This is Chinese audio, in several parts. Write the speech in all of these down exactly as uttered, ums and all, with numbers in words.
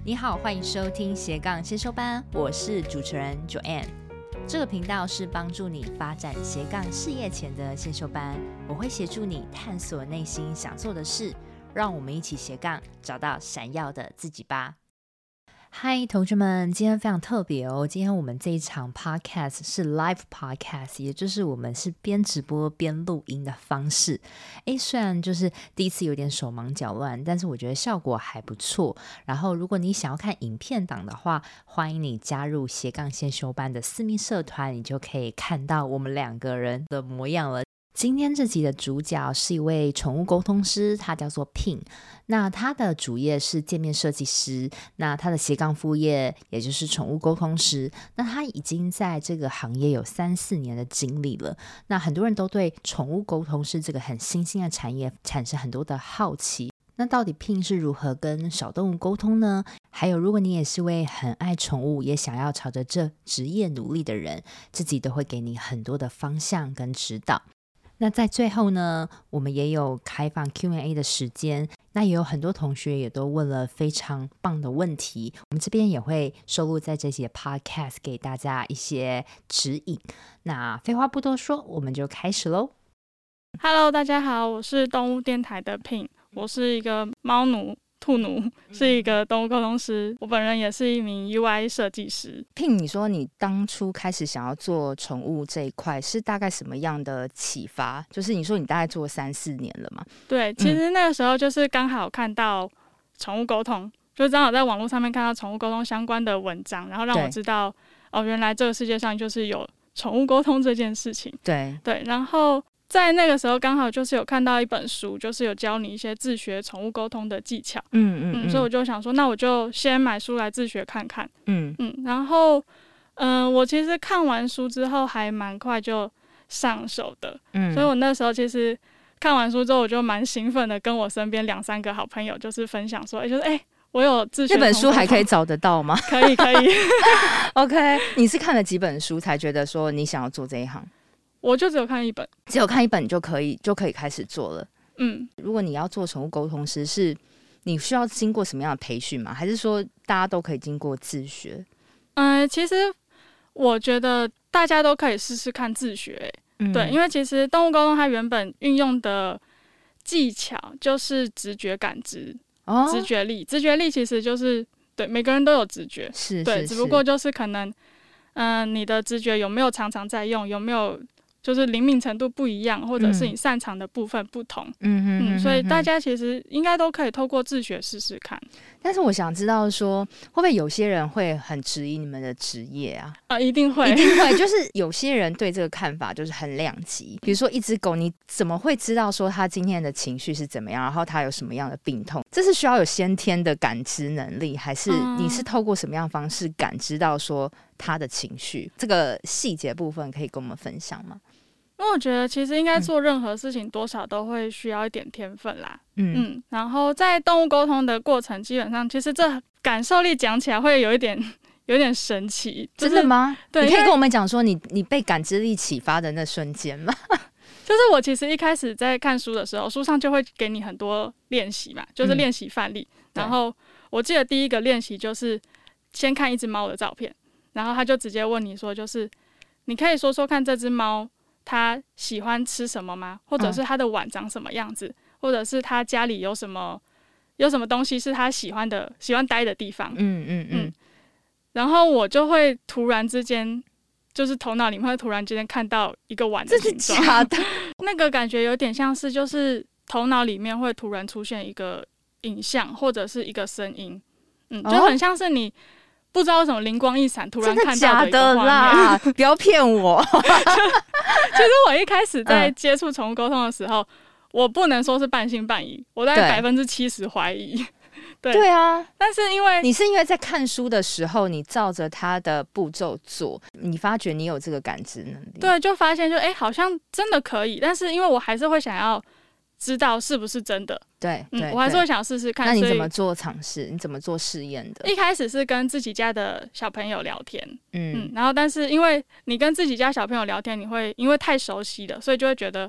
你好，欢迎收听斜杠先修班，我是主持人 Joanne。这个频道是帮助你发展斜杠事业前的先修班，我会协助你探索内心想做的事，让我们一起斜杠找到闪耀的自己吧。嗨，同学们，今天非常特别哦！今天我们这一场 podcast 是 live podcast， 也就是我们是边直播边录音的方式。诶，虽然就是第一次有点手忙脚乱，但是我觉得效果还不错。然后如果你想要看影片档的话，欢迎你加入斜杠先修班的私密社团，你就可以看到我们两个人的模样了。今天这集的主角是一位宠物沟通师，他叫做 Pin。 那他的主业是界面设计师，那他的斜杠副业也就是宠物沟通师。那他已经在这个行业有三四年的经历了。那很多人都对宠物沟通师这个很新兴的产业产生很多的好奇。那到底 Pin 是如何跟小动物沟通呢？还有如果你也是位很爱宠物也想要朝着这职业努力的人，这集都会给你很多的方向跟指导。那在最后呢，我们也有开放 Q and A 的时间，那也有很多同学也都问了非常棒的问题，我们这边也会收录在这些 podcast 给大家一些指引。那废话不多说，我们就开始咯。 Hello， 大家好，我是动物电台的 Pin， 我是一个猫奴兔奴，是一个动物沟通师，我本人也是一名 U I 设计师。 Pin， 你说你当初开始想要做宠物这一块是大概什么样的启发？就是你说你大概做三四年了嘛？ 对，其实那个时候就是刚好看到宠物沟通、嗯、就刚好在网络上面看到宠物沟通相关的文章，然后让我知道哦，原来这个世界上就是有宠物沟通这件事情。对对，然后在那个时候刚好就是有看到一本书，就是有教你一些自学宠物沟通的技巧。嗯嗯嗯，所以我就想说那我就先买书来自学看看。嗯嗯，然后嗯、呃，我其实看完书之后还蛮快就上手的。嗯，所以我那时候其实看完书之后我就蛮兴奋的，跟我身边两三个好朋友就是分享说，哎、欸，就是哎、欸，我有自学。这本书还可以找得到吗？可以可以。 OK， 你是看了几本书才觉得说你想要做这一行？ 我就只有看一本， 只有看一本就可以就可以开始做了。嗯，如果你要做宠物沟通师，是你需要经过什么样的培训吗？还是说大家都可以经过自学？ 嗯，其实我觉得大家都可以试试看自学、欸嗯。对，因为其实动物沟通它原本运用的技巧就是直觉感知、哦、直觉力。直觉力其实就是对每个人都有直觉，是对，是只不过就是可能，嗯、呃，你的直觉有没有常常在用，有没有就是灵敏程度不一样，或者是你擅长的部分不同。嗯嗯，所以大家其实应该都可以透过自学试试看。 但是我想知道说，会不会有些人会很质疑你们的职业啊？ 啊，一定会， 一定会。就是有些人对这个看法就是很两极。比如说，一只狗，你怎么会知道说它今天的情绪是怎么样，然后它有什么样的病痛？这是需要有先天的感知能力，还是你是透过什么样的方式感知到说它的情绪？这个细节部分可以跟我们分享吗？ 因为我觉得其实应该做任何事情多少都会需要一点天分啦。嗯嗯，然后在动物沟通的过程，基本上其实这感受力讲起来会有一点有点神奇。就是、 真的吗？对，你可以跟我们讲说你你被感知力启发的那瞬间吗？ 就是我其实一开始在看书的时候，书上就会给你很多练习嘛，就是练习范例、嗯、然后我记得第一个练习就是先看一只猫的照片，然后他就直接问你说，就是你可以说说看这只猫他喜欢吃什么吗？或者是他的碗长什么样子、嗯、或者是他家里有什么有什么东西是他喜欢的喜欢待的地方。嗯嗯嗯。然后我就会突然之间就是头脑里面会突然之间看到一个碗的形状。这是假的？那个感觉有点像是就是头脑里面会突然出现一个影像或者是一个声音。嗯，就很像是你不知道为什么灵光一闪，突然看到的一个画面。真的假的啦？ 不要骗我。 其实我一开始在接触宠物沟通的时候、嗯，我不能说是半信半疑，我大概百分之七十怀疑。对对啊， 但是因为你是因为在看书的时候，你照着他的步骤做，你发觉你有这个感知能力。 对，就发现就哎、欸，好像真的可以，但是因为我还是会想要知道是不是真的。 对，对嗯、我还是会想试试看。 那你怎么做尝试？你怎么做试验的？ 一开始是跟自己家的小朋友聊天，嗯嗯，然后但是因为你跟自己家小朋友聊天，你会因为太熟悉了，所以就会觉得，哎、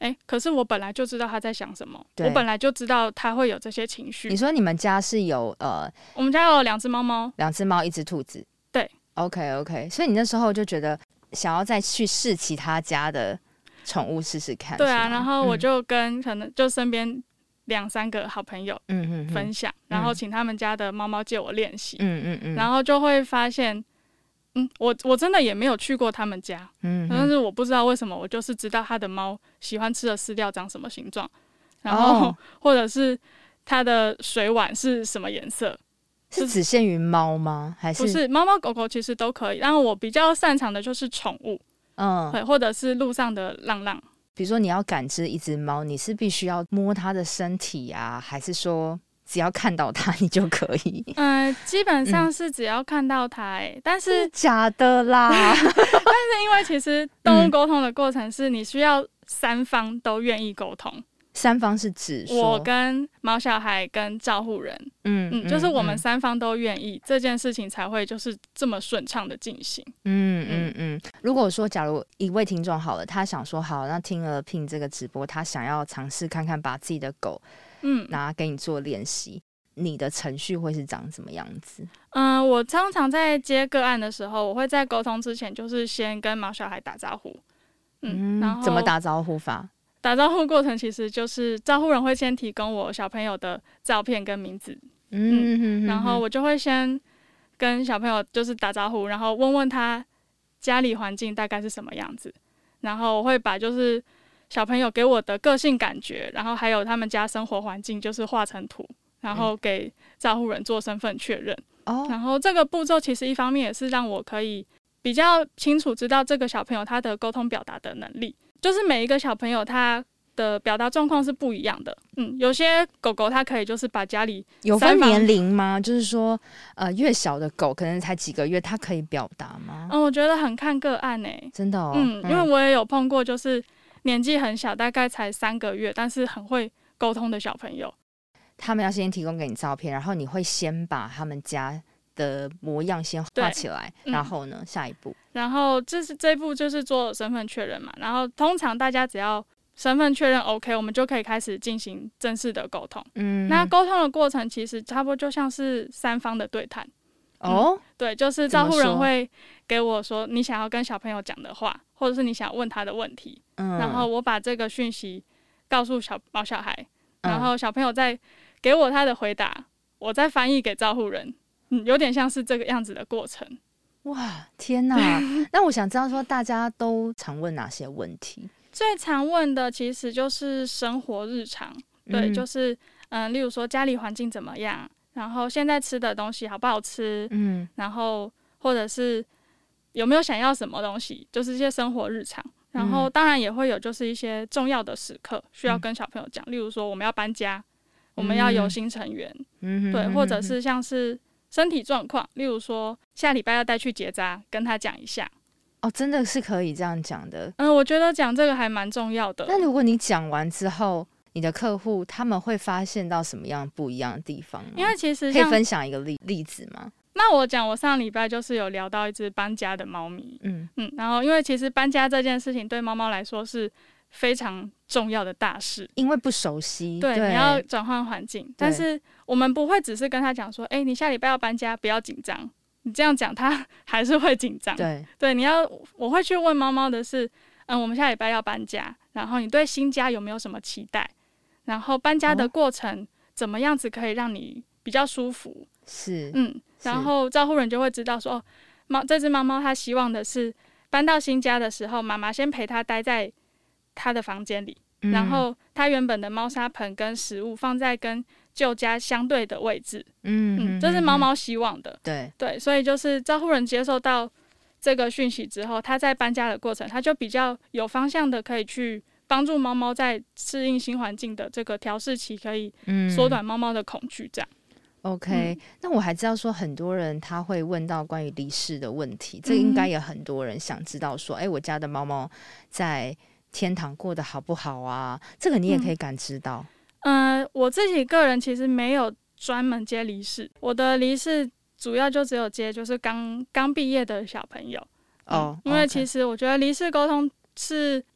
哎、欸，可是我本来就知道他在想什么，我本来就知道他会有这些情绪。 你说你们家是有呃， 我们家有两只猫猫， 两只猫，一只兔子。 对 ，OK OK， 所以你那时候就觉得想要再去试其他家的宠物试试看。 对啊，然后我就跟可能就身边两三个好朋友分享，嗯、然后请他们家的猫猫借我练习，嗯嗯嗯，然后就会发现。嗯，我我真的也没有去过他们家，嗯，但是我不知道为什么，我就是知道他的猫喜欢吃的饲料长什么形状，然后、哦、或者是它的水碗是什么颜色， 是只限于猫吗？还是不是？猫猫狗狗其实都可以，然后我比较擅长的就是宠物，嗯，对，或者是路上的浪浪。 比如说你要感知一只猫，你是必须要摸它的身体啊，还是说？只要看到它你就可以？ 嗯、呃，基本上是只要看到它、欸，哎、嗯，但是假的啦。但是因为其实动物沟通的过程是你需要三方都愿意沟通。 三方是指说我跟毛小孩跟照护人，嗯嗯，就是我们三方都愿意、嗯，这件事情才会就是这么顺畅的进行。 嗯嗯嗯。如果说假如一位听众好了，他想说好，那听了 Pin 这个直播，他想要尝试看看把自己的狗。嗯，拿给你做练习，你的程序会是长什么样子？ 嗯、呃，我常常在接个案的时候，我会在沟通之前，就是先跟毛小孩打招呼。嗯，然后怎么打招呼法？ 打招呼过程其实就是照护人会先提供我小朋友的照片跟名字，嗯，嗯然后我就会先跟小朋友就是打招呼，然后问问他家里环境大概是什么样子，然后我会把就是小朋友给我的个性感觉，然后还有他们家生活环境就是画成图，然后给照护人做身份确认、嗯。然后这个步骤其实一方面也是让我可以比较清楚知道这个小朋友他的沟通表达的能力，就是每一个小朋友他的表达状况是不一样的。嗯，有些狗狗它可以就是把家里有分年龄吗？就是说，呃，越小的狗可能才几个月，它可以表达吗？ 嗯，我觉得很看个案诶、欸， 真的哦。 嗯，因为我也有碰过，就是年纪很小，大概才三个月，但是很会沟通的小朋友。 他们要先提供给你照片，然后你会先把他们家的模样先画起来，然后呢，下一步， 然后这是这一步就是做身份确认嘛。然后通常大家只要身份确认 OK， 我们就可以开始进行正式的沟通。嗯，那沟通的过程其实差不多就像是三方的对谈。哦、嗯，对，就是照护人会给我说你想要跟小朋友讲的话，或者是你想问他的问题，嗯，然后我把这个讯息告诉小毛小孩，然后小朋友再给我他的回答，我再翻译给照护人，嗯，有点像是这个样子的过程。 哇，天哪！那我想知道说大家都常问哪些问题？ 最常问的其实就是生活日常，对，嗯、就是嗯、呃，例如说家里环境怎么样，然后现在吃的东西好不好吃，嗯，然后或者是有没有想要什么东西，就是一些生活日常。然后当然也会有就是一些重要的时刻需要跟小朋友讲、嗯，例如说我们要搬家，我们要有新成员，嗯，对，或者是像是身体状况，例如说下礼拜要带去结扎，跟他讲一下。 哦，真的是可以这样讲的。 嗯，我觉得讲这个还蛮重要的。 那如果你讲完之后，你的客户他们会发现到什么样不一样的地方吗？ 因为其实可以分享一个例例子吗？ 那我讲，我上礼拜就是有聊到一只搬家的猫咪，嗯嗯，然后因为其实搬家这件事情对猫猫来说是非常重要的大事， 因为不熟悉， 对，对你要转换环境，但是我们不会只是跟他讲说，哎、欸，你下礼拜要搬家，不要紧张。你这样讲，他还是会紧张。 对对，你要我会去问猫猫的是，嗯，我们下礼拜要搬家，然后你对新家有没有什么期待？然后搬家的过程、哦、怎么样子可以让你比较舒服？ 是， 嗯，然后照护人就会知道说，哦，猫这只猫猫它希望的是搬到新家的时候，妈妈先陪它待在它的房间里、嗯，然后它原本的猫砂盆跟食物放在跟旧家相对的位置，嗯嗯，这是猫猫希望的， 对对，所以就是照护人接受到这个讯息之后，他在搬家的过程，他就比较有方向的可以去帮助猫猫在适应新环境的这个调适期，可以缩短猫猫的恐惧，这样。 OK，、嗯、那我还知道说很多人他会问到关于离世的问题，这应该也很多人想知道说，哎、嗯，我家的猫猫在天堂过得好不好啊？这个你也可以感知到。 嗯，呃、我自己个人其实没有专门接离世，我的离世主要就只有接就是刚刚毕业的小朋友。哦、嗯，因为其实我觉得离世沟通是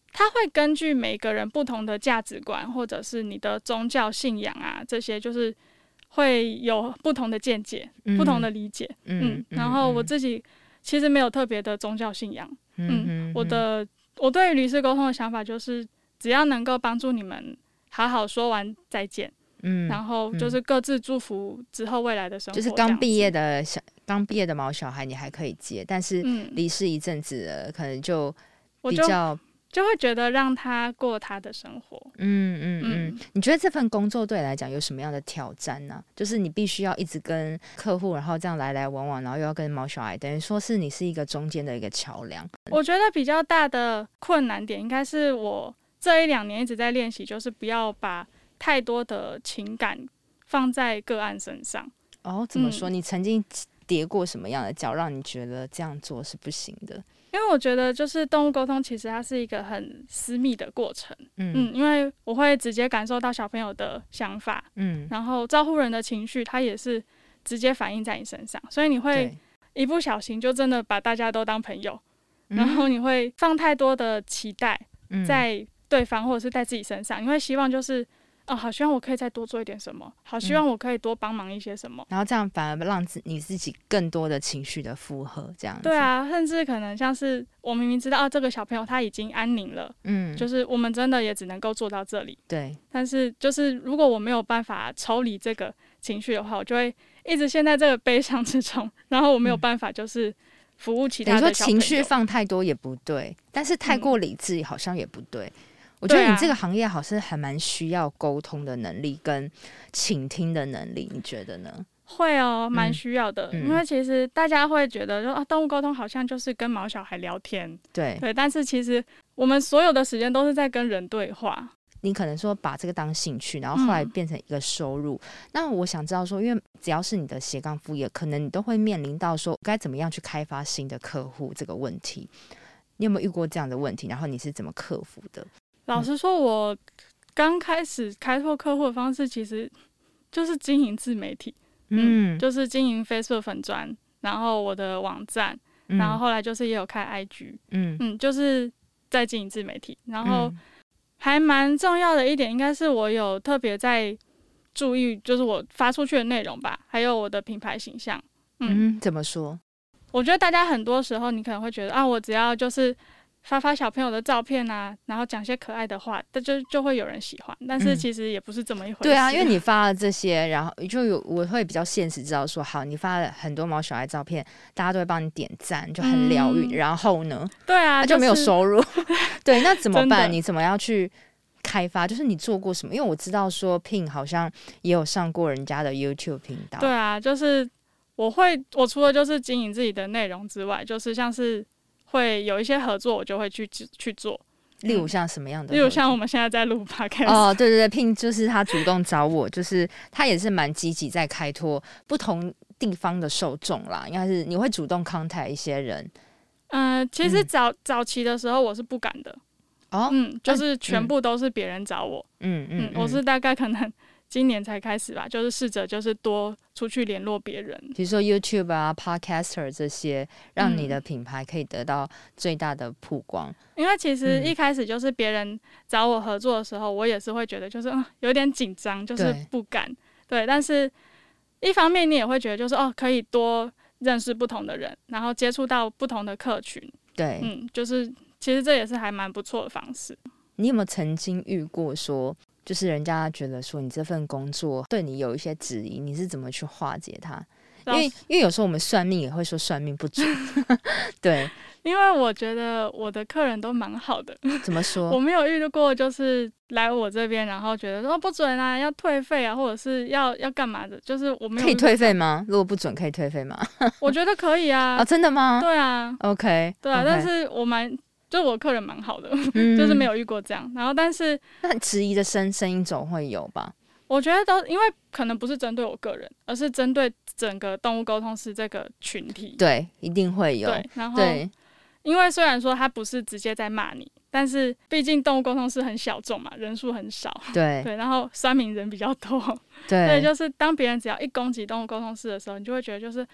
它会根据每个人不同的价值观，或者是你的宗教信仰啊，这些就是会有不同的见解、嗯、不同的理解。嗯，嗯然后我自己其实没有特别的宗教信仰。嗯，嗯我的我对于离世沟通的想法就是，只要能够帮助你们好好说完再见。嗯，然后就是各自祝福之后未来的生活。 就是刚毕业的小刚毕业的毛小孩，你还可以接，但是离世一阵子了，可能就比较就会觉得让他过他的生活。 嗯嗯嗯。你觉得这份工作对你来讲有什么样的挑战呢？就是你必须要一直跟客户，然后这样来来往往，然后又要跟毛小孩，等于说是你是一个中间的一个桥梁。 我觉得比较大的困难点应该是我这一两年一直在练习，就是不要把太多的情感放在个案身上。 哦，怎么说？嗯、你曾经跌过什么样的跤，让你觉得这样做是不行的？ 因为我觉得就是动物沟通其实它是一个很私密的过程。嗯, 嗯因为我会直接感受到小朋友的想法。嗯，然后照顾人的情绪它也是直接反映在你身上，所以你会一不小心就真的把大家都当朋友。然后你会放太多的期待在对方或者是在自己身上，你会希望就是哦，好希望我可以再多做一点什么，好希望我可以多帮忙一些什么、嗯、 然后这样反而让你自己更多的情绪的负荷，这样子。 对啊，甚至可能像是我明明知道、啊、这个小朋友他已经安宁了，嗯，就是我们真的也只能够做到这里。 对， 但是就是如果我没有办法抽离这个情绪的话，我就会一直陷在这个悲伤之中，然后我没有办法就是服务其他的小朋友。 等于说情绪放太多也不对，但是太过理智好像也不对、嗯我觉得你这个行业好像还蛮需要沟通的能力跟倾听的能力，你觉得呢？ 会哦，蛮需要的、嗯、因为其实大家会觉得说啊，动物沟通好像就是跟毛小孩聊天。 对对，但是其实我们所有的时间都是在跟人对话。 你可能说把这个当兴趣，然后后来变成一个收入、嗯、那我想知道说，因为只要是你的斜杠副业，可能你都会面临到说该怎么样去开发新的客户这个问题。你有没有遇过这样的问题？然后你是怎么克服的？ 老实说，我刚开始开拓客户的方式其实就是经营自媒体。嗯, 嗯就是经营 Facebook 粉专，然后我的网站、嗯、然后后来就是也有开 I G。 嗯, 嗯就是在经营自媒体。然后还蛮重要的一点应该是我有特别在注意就是我发出去的内容吧，还有我的品牌形象。 嗯, 嗯怎么说？ 我觉得大家很多时候你可能会觉得啊，我只要就是发发小朋友的照片啊，然后讲些可爱的话，就就会有人喜欢。但是其实也不是这么一回事。 对啊，因为你发了这些，然后就有我会比较现实知道说，好，你发了很多毛小孩照片，大家都会帮你点赞，就很疗愈、嗯。然后呢？ 对啊， 那就没有收入。对，那怎么办？你怎么要去开发？就是你做过什么？因为我知道说 Pin 好像也有上过人家的 YouTube 频道。 对啊，就是我会，我除了就是经营自己的内容之外，就是像是。会有一些合作，我就会去去做。 例如像什么样的？ 例如像我们现在在录 podcast。 哦，对对对 ，Pin 就是他主动找我，就是他也是蛮积极在开拓不同地方的受众啦。应该是你会主动 contact 一些人。 嗯、呃，其实早、嗯、早期的时候我是不敢的。哦，嗯，就是全部都是别人找我。嗯 嗯, 嗯，我是大概可能。今年才开始吧，就是试着就是多出去联络别人， 比如说 YouTube 啊 Podcaster 这些，让你的品牌可以得到最大的曝光、 嗯、因为其实一开始就是别人找我合作的时候、嗯、我也是会觉得就是、嗯、有点紧张，就是不敢 对, 对但是一方面你也会觉得就是哦，可以多认识不同的人，然后接触到不同的客群。 对， 嗯，就是其实这也是还蛮不错的方式。 你有没有曾经遇过说就是人家觉得说你这份工作对你有一些质疑，你是怎么去化解它？因为因为有时候我们算命也会说算命不准。对， 因为我觉得我的客人都蛮好的。 怎么说？ 我没有遇到过就是来我这边然后觉得说不准啊，要退费啊，或者是要要干嘛的，就是我没有。 可以退费吗？如果不准可以退费吗？ 我觉得可以啊。 哦，真的吗？ 对啊。 OK， 对啊， okay. 但是我蛮就我客人蛮好的、嗯、就是没有遇过这样。然后但是那质疑的声声音总会有吧？ 我觉得都因为可能不是针对我个人，而是针对整个动物沟通师这个群体。 对，一定会有。 对，然后对，因为虽然说他不是直接在骂你，但是毕竟动物沟通师很小众嘛，人数很少。 对对，然后酸民人比较多。 对， 所以就是当别人只要一攻击动物沟通师的时候，你就会觉得就是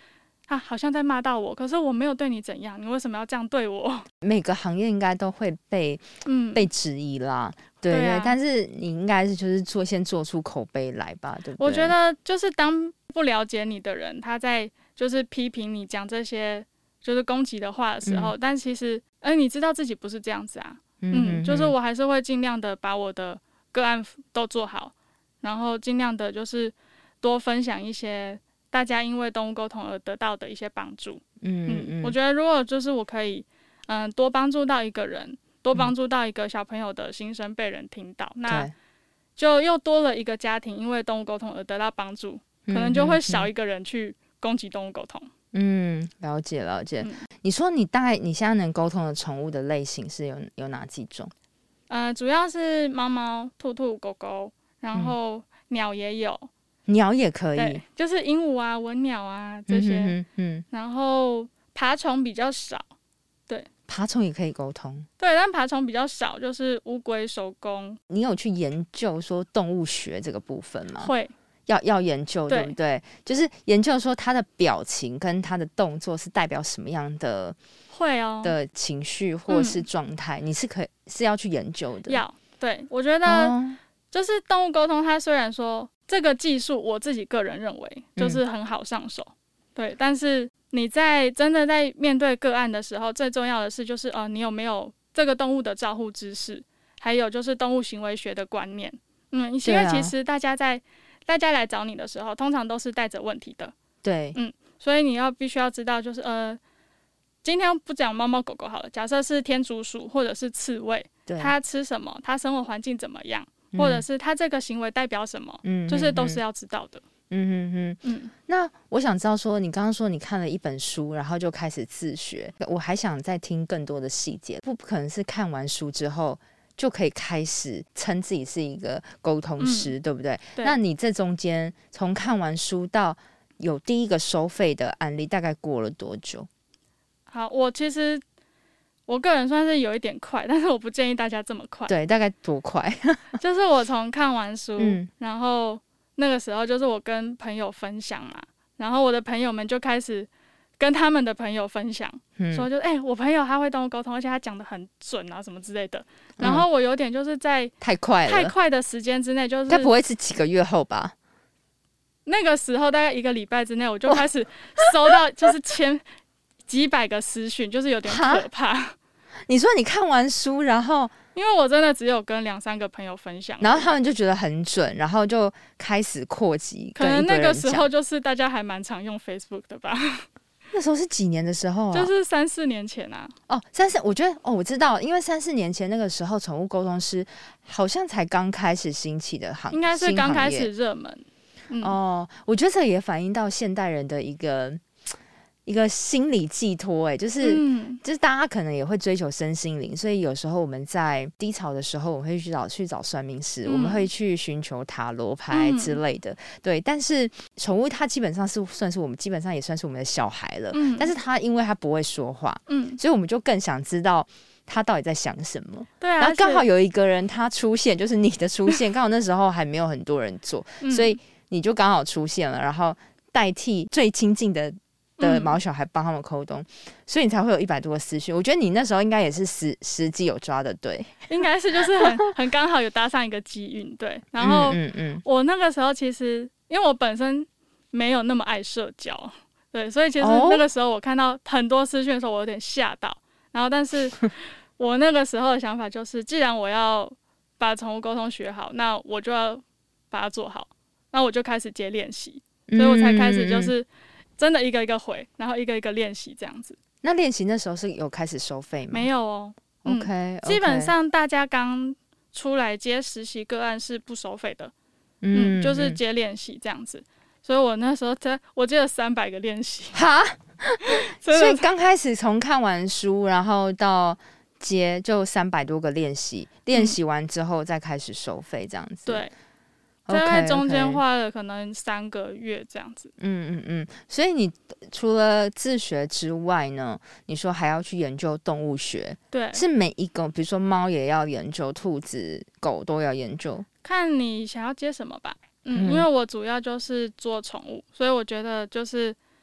啊，好像在骂到我，可是我没有对你怎样，你为什么要这样对我？ 每个行业应该都会被嗯被质疑啦，对 对, 对、啊，但是你应该是就是做先做出口碑来吧，对不对？ 我觉得就是当不了解你的人，他在就是批评你讲这些就是攻击的话的时候，嗯、但其实哎、欸，你知道自己不是这样子啊，嗯, 嗯，就是我还是会尽量的把我的个案都做好，然后尽量的就是多分享一些大家因为动物沟通而得到的一些帮助。嗯 嗯, 嗯，我觉得如果就是我可以嗯多帮助到一个人，多帮助到一个小朋友的心声被人听到，嗯、那就又多了一个家庭因为动物沟通而得到帮助，可能就会少一个人去攻击动物沟通。 嗯，了解了解、嗯。你说你大概你现在能沟通的宠物的类型是有有哪几种？ 呃，主要是猫猫、兔兔、狗狗，然后鸟也有。嗯， 鸟也可以， 就是鹦鹉啊、文鸟啊这些，嗯, 嗯, 嗯，然后爬虫比较少，对， 爬虫也可以沟通， 对，但爬虫比较少，就是乌龟、手工。 你有去研究说动物学这个部分吗？ 会， 要要研究， 对, 对不对？就是研究说它的表情跟它的动作是代表什么样的， 会哦的情绪或是状态、嗯，你是可以是要去研究的。 要，对，我觉得就是动物沟通，它虽然说。这个技术我自己个人认为就是很好上手、嗯、对，但是你在真的在面对个案的时候，最重要的是就是呃，你有没有这个动物的照护知识，还有就是动物行为学的观念。嗯，因为其实大家在、啊、大家来找你的时候通常都是带着问题的， 对， 嗯，所以你要必须要知道就是呃，今天不讲猫猫狗狗好了，假设是天竺鼠或者是刺猬，它吃什么，它生活环境怎么样，或者是他这个行为代表什么、嗯、就是都是要知道的。 嗯哼哼，嗯，那我想知道说你刚刚说你看了一本书然后就开始自学，我还想再听更多的细节，不可能是看完书之后就可以开始称自己是一个沟通师、嗯、对不 对, 对？那你这中间从看完书到有第一个收费的案例大概过了多久？ 好，我其实我个人算是有一点快，但是我不建议大家这么快。 对，大概多快？ 就是我从看完书、嗯、然后那个时候就是我跟朋友分享嘛，然后我的朋友们就开始跟他们的朋友分享、嗯、说就哎、欸，我朋友他会动物沟通，而且他讲得很准啊什么之类的，然后我有点就是在太快了太快的时间之内，就是该不会是几个月后吧？ 那个时候大概一个礼拜之内我就开始收到就是千几百个私讯，就是有点可怕。 你说你看完书然后因为我真的只有跟两三个朋友分享， 然后他们就觉得很准，然后就开始扩及跟一堆人讲。 可能那个时候就是大家还蛮常用 Facebook 的吧。 那时候是几年的时候啊？ 就是三四年前啊。 哦，三四，我觉得哦，我知道，因为三四年前那个时候宠物沟通师好像才刚开始兴起的行， 应该是刚开始热门、 嗯。哦，我觉得这也反映到现代人的一个一个心理寄托，哎，就是、嗯、就是大家可能也会追求身心灵，所以有时候我们在低潮的时候，我们会去找去找算命师、嗯，我们会去寻求塔罗牌之类的、嗯，对。但是宠物它基本上是算是我们基本上也算是我们的小孩了，嗯、但是它因为它不会说话，嗯，所以我们就更想知道他到底在想什么。 对啊， 然后刚好有一个人他出现，就是你的出现，刚好那时候还没有很多人做，嗯、所以你就刚好出现了，然后代替最亲近的。的毛小孩帮他们沟通、嗯，所以你才会有一百多个私讯。我觉得你那时候应该也是时时机有抓的对， 应该是就是很很刚好有搭上一个机运对。然后嗯嗯我那个时候其实因为我本身没有那么爱社交，对，所以其实那个时候我看到很多私讯的时候，我有点吓到。然后但是我那个时候的想法就是，既然我要把宠物沟通学好，那我就要把它做好，那我就开始接练习，所以我才开始就是。嗯嗯嗯真的一个一个回，然后一个一个练习这样子。 那练习那时候是有开始收费吗？ 没有哦。 嗯、OK， 基本上大家刚出来接实习个案是不收费的，嗯，嗯就是接练习这样子。所以我那时候在我接了三百个练习。 哈，所以刚开始从看完书，然后到接就三百多个练习，练习完之后再开始收费这样子。 对。大概中间花了可能三个月这样子。 嗯嗯嗯。所以你除了自学之外呢，你说还要去研究动物学。 对。 是每一个，比如说猫也要研究，兔子、狗都要研究。 看你想要接什么吧。嗯。嗯因为我主要就是做宠物，所以我觉得就是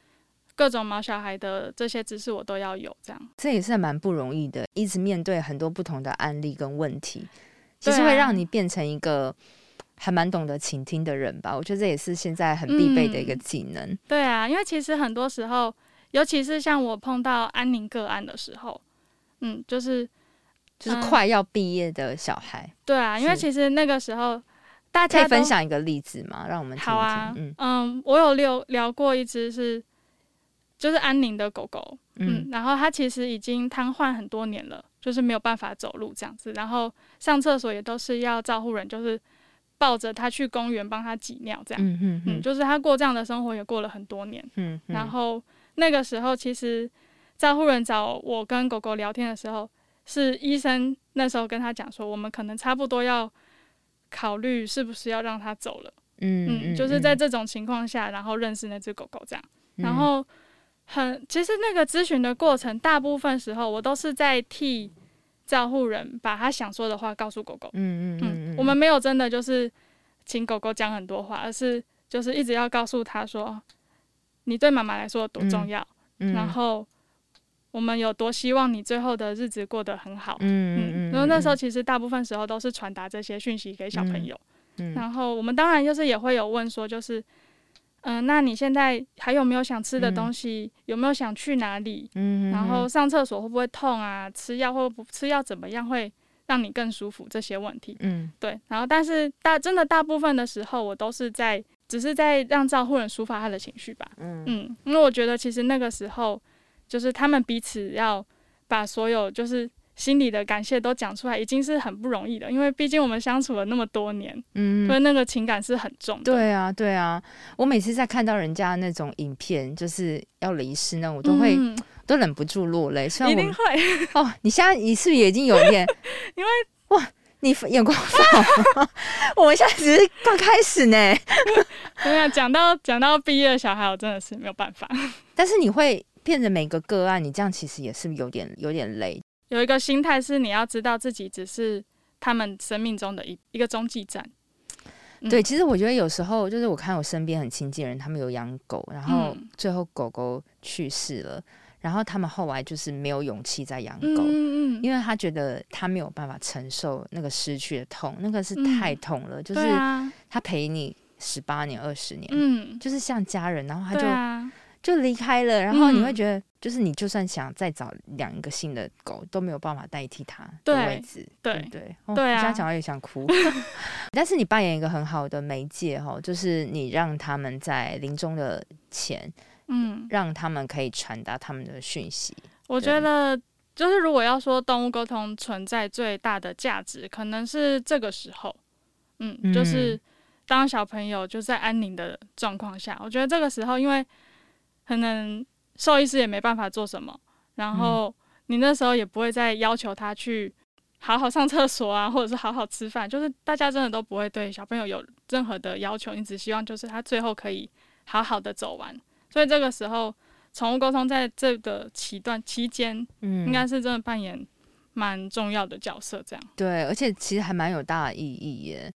各种毛小孩的这些知识我都要有，这样这也是蛮不容易的，一直面对很多不同的案例跟问题，其实会让你变成一个还蛮懂得倾听的人吧。我觉得这也是现在很必备的一个技能、嗯、 对啊，因为其实很多时候尤其是像我碰到安宁个案的时候，嗯，就是就是快要毕业的小孩、嗯、 对啊，因为其实那个时候大家可以分享一个例子吗？让我们听听。 好啊， 嗯, 嗯我有聊聊过一只是就是安宁的狗狗， 嗯, 嗯，然后它其实已经瘫痪很多年了，就是没有办法走路这样子，然后上厕所也都是要照护人就是抱着它去公园帮它挤尿这样，嗯嗯嗯，就是它过这样的生活也过了很多年，嗯, 嗯，然后那个时候其实照护人找我跟狗狗聊天的时候，是医生那时候跟他讲说，我们可能差不多要考虑是不是要让它走了，嗯嗯，就是在这种情况下，然后认识那只狗狗这样，然后很其实那个咨询的过程，大部分时候我都是在替照护人把他想说的话告诉狗狗，嗯嗯 嗯, 嗯，我们没有真的就是请狗狗讲很多话，而是就是一直要告诉他说，你对妈妈来说有多重要，嗯嗯、然后我们有多希望你最后的日子过得很好，嗯嗯，然后那时候其实大部分时候都是传达这些讯息给小朋友，嗯嗯、然后我们当然就是也会有问说，就是嗯、呃，那你现在还有没有想吃的东西？嗯、有没有想去哪里？嗯，然后上厕所会不会痛啊？吃药会不吃药怎么样会让你更舒服？这些问题，嗯，对。然后，但是大真的大部分的时候，我都是在只是在让照护人抒发他的情绪吧，嗯嗯，因为我觉得其实那个时候就是他们彼此要把所有就是心里的感谢都讲出来，已经是很不容易的，因为毕竟我们相处了那么多年，嗯，所以那个情感是很重的。 对啊，对啊，我每次在看到人家那种影片，就是要离世那，我都会、嗯、都忍不住落泪。 一定会哦！你现在你是不是已经有点？ 因为哇，你眼光好，我们现在只是刚开始呢。 对啊，讲到讲到毕业的小孩，我真的是没有办法。 但是你会骗着每个个案，你这样其实也是有点有点累。 有一个心态是你要知道自己只是他们生命中的一一个中继站。 嗯、对，其实我觉得有时候就是我看我身边很亲近的人，他们有养狗，然后最后狗狗去世了，嗯、然后他们后来就是没有勇气再养狗，嗯嗯，因为他觉得他没有办法承受那个失去的痛，那个是太痛了，嗯、就是他陪你十八年、二十年，嗯，就是像家人，然后他就。就离开了，然后你会觉得，就是你就算想再找养一个新的狗，都没有办法代替它的位置， 对对 对, 对、 哦、对啊， 我现在讲到也想哭。但是你扮演一个很好的媒介，就是你让他们在临终的前，嗯，让他们可以传达他们的讯息。 我觉得，就是如果要说动物沟通存在最大的价值，可能是这个时候，嗯，嗯就是当小朋友就在安宁的状况下，我觉得这个时候，因为可能兽医师也没办法做什么，然后你那时候也不会再要求他去好好上厕所啊，或者是好好吃饭，就是大家真的都不会对小朋友有任何的要求，你只希望就是他最后可以好好的走完。所以这个时候宠物沟通在这个期段期间，嗯，应该是真的扮演蛮重要的角色这样。 对，而且其实还蛮有大的意义耶。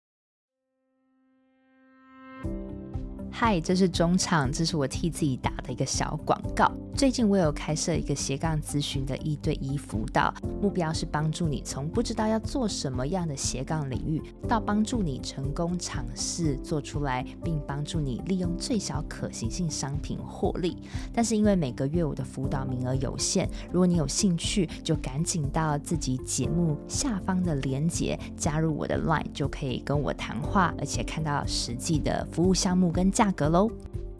嗨，这是中场，这是我替自己打的一个小广告。最近我有开设一个斜杠咨询的一对一辅导，目标是帮助你从不知道要做什么样的斜杠领域，到帮助你成功尝试做出来，并帮助你利用最小可行性商品获利。但是因为每个月我的辅导名额有限，如果你有兴趣，就赶紧到自己节目下方的连结加入我的 LINE， 就可以跟我谈话，而且看到实际的服务项目跟价格咯。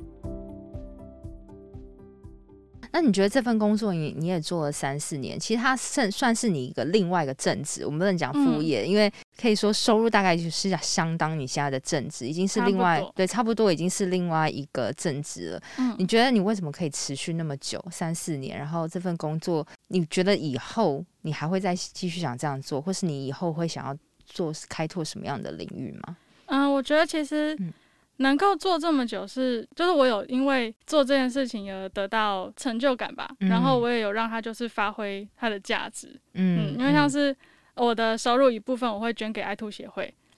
那你觉得这份工作 你, 你也做了三四年，其实它算是你一个另外一个正职，我们不能讲副业、嗯、因为可以说收入大概就是相当你现在的正职，已经是另外对差不多已经是另外一个正职了、嗯、你觉得你为什么可以持续那么久三四年，然后这份工作你觉得以后你还会再继续想这样做，或是你以后会想要做开拓什么样的领域吗？ 嗯，我觉得其实、嗯能够做这么久是，就是我有因为做这件事情而得到成就感吧、嗯、然后我也有让它就是发挥它的价值， 嗯, 嗯因为像是我的收入一部分我会捐给爱兔协会，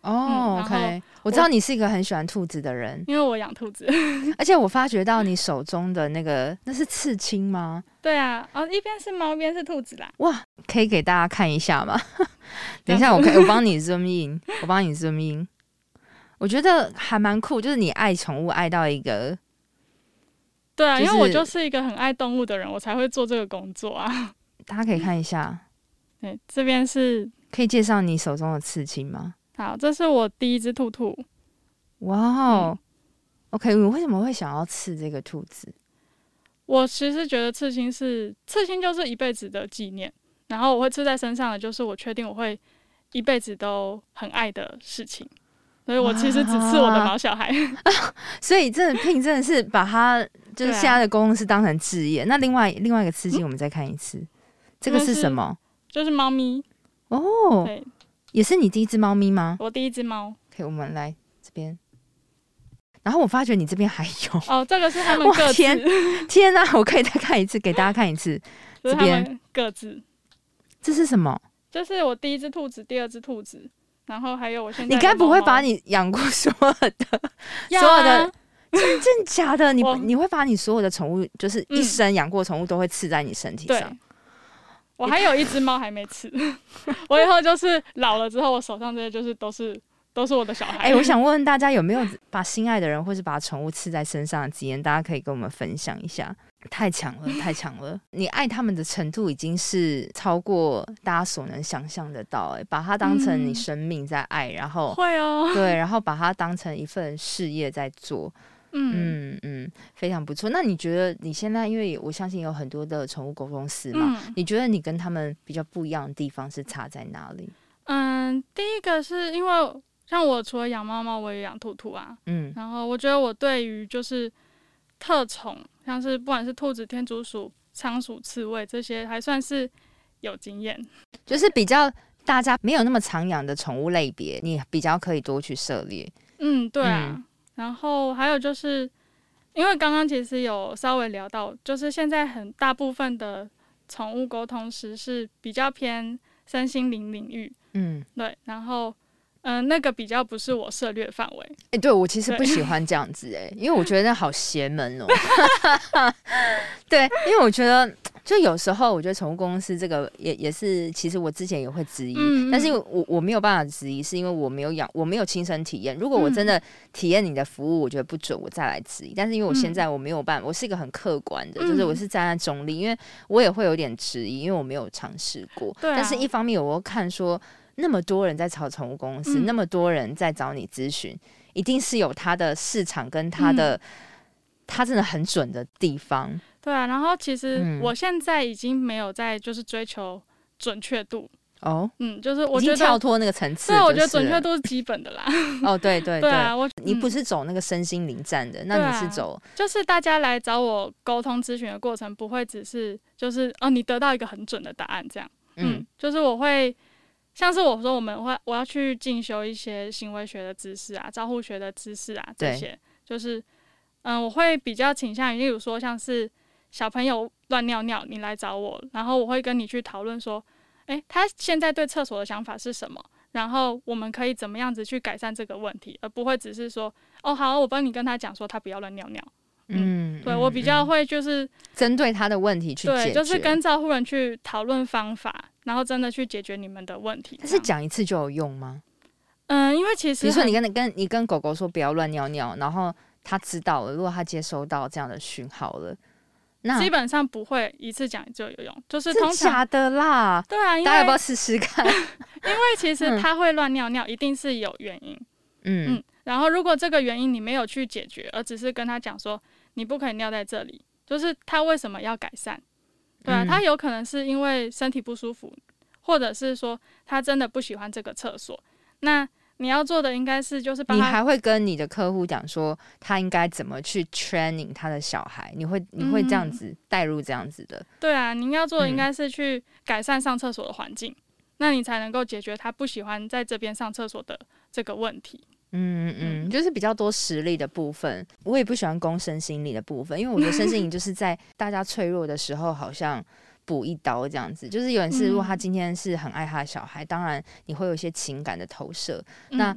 哦、嗯、，OK， 我知道你是一个很喜欢兔子的人， 因为我养兔子， 而且我发觉到你手中的那个那是刺青吗？ 对啊，哦，一边是猫，一边是兔子啦。 哇，可以给大家看一下吗？等一下，我可以，我帮你 zoom in， 我帮你 zoom in。我觉得还蛮酷，就是你爱宠物爱到一个， 对啊、 就是， 因为我就是一个很爱动物的人，我才会做这个工作啊。 大家可以看一下， 对，这边是可以介绍你手中的刺青吗？ 好，这是我第一只兔兔。 哇哦、嗯、，OK， 你为什么会想要刺这个兔子？ 我其实觉得刺青是刺青就是一辈子的纪念，然后我会刺在身上的，就是我确定我会一辈子都很爱的事情，所以我其实只刺我的毛小孩。 所以真的 Pin 真的是把它就是现在的公司当成志业。啊、那另外另外一个刺青我们再看一次，嗯、这个是什么？ 就是猫咪哦，对，也是你第一只猫咪吗？ 我第一只猫。 可以，我们来这边。然后我发觉你这边还有哦，这个是他们各自。 天天啊！我可以再看一次，给大家看一次。 这边各自。 这是什么？ 这是我第一只兔子，第二只兔子，然后还有我现在的猫猫。 你该不会把你养过所有的、 啊、 所有的真真假的？你你会把你所有的宠物，就是一生养过宠物，都会刺在你身体上？ 对，我还有一只猫还没刺。我以后就是老了之后，我手上这些就是都是。都是我的小孩。 哎、欸，我想问问大家有没有把心爱的人或是把宠物刺在身上的经验？大家可以跟我们分享一下。太强了，太强了！你爱他们的程度已经是超过大家所能想象得到、欸。哎，把它当成你生命在爱，嗯、然后会哦， 对，然后把它当成一份事业在做。嗯嗯嗯，非常不错。那你觉得你现在，因为我相信有很多的宠物狗公司嘛、嗯，你觉得你跟他们比较不一样的地方是差在哪里？ 嗯，第一个是因为。像我除了养猫猫，我也养兔兔啊。嗯，然后我觉得我对于就是特宠，像是不管是兔子、天竺鼠、仓鼠、刺猬这些，还算是有经验。 就是比较大家没有那么常养的宠物类别，你比较可以多去涉猎。 嗯，对啊。嗯、然后还有就是，因为刚刚其实有稍微聊到，就是现在很大部分的宠物沟通师是比较偏身心灵领域。嗯，对，然后。嗯、呃，那个比较不是我涉猎范围。 哎、欸，对我其实不喜欢这样子哎、欸，因为我觉得那好邪门哦、喔。对，因为我觉得就有时候我觉得宠物公司这个也也是，其实我之前也会质疑，嗯嗯但是我我没有办法质疑，是因为我没有养，我没有亲身体验。如果我真的体验你的服务，我觉得不准，我再来质疑。但是因为我现在我没有办法，我是一个很客观的，就是我是站在中立，因为我也会有点质疑，因为我没有尝试过。对、啊。但是一方面我又看说。那么多人在炒宠物公司、嗯，那么多人在找你咨询，一定是有他的市场跟他的、嗯、他真的很准的地方。 对啊，然后其实我现在已经没有在就是追求准确度哦，嗯，就是我觉得已经跳脱那个层次、就是。 对，我觉得准确度是基本的啦。 哦，对对对, 对啊，我你不是走那个身心灵战的、嗯，那你是走、 啊、就是大家来找我沟通咨询的过程，不会只是就是哦，你得到一个很准的答案这样，嗯，嗯就是我会。像是我说我们会我要去进修一些行为学的知识啊，照护学的知识啊，这些就是嗯、呃，我会比较倾向于，例如说像是小朋友乱尿尿，你来找我，然后我会跟你去讨论说，诶，他现在对厕所的想法是什么，然后我们可以怎么样子去改善这个问题，而不会只是说哦好，我帮你跟他讲说他不要乱尿尿。嗯，对、嗯、我比较会就是针对他的问题去解决， 对，就是跟照护人去讨论方法，然后真的去解决你们的问题。 但是讲一次就有用吗？ 嗯，因为其实比如说你跟跟你跟狗狗说不要乱尿尿，然后他知道了，如果他接收到这样的讯号了，那基本上不会一次讲就有用，就是通常真假的啦。 对啊，因为大家要不要试试看？因为其实他会乱尿尿，一定是有原因。嗯嗯，然后如果这个原因你没有去解决，而只是跟他讲说。你不可以尿在这里，就是他为什么要改善？对啊，嗯、他有可能是因为身体不舒服，或者是说他真的不喜欢这个厕所。那你要做的应该是就是帮他。 你还会跟你的客户讲说他应该怎么去 training 他的小孩？你会你会这样子带入这样子的？ 对啊，你要做的应该是去改善上厕所的环境、嗯，那你才能够解决他不喜欢在这边上厕所的这个问题。 嗯嗯，就是比较多实力的部分，我也不喜欢攻身心灵的部分，因为我觉得身心灵就是在大家脆弱的时候，好像补一刀这样子。就是有人是，如果他今天是很爱他的小孩，当然你会有一些情感的投射。嗯、那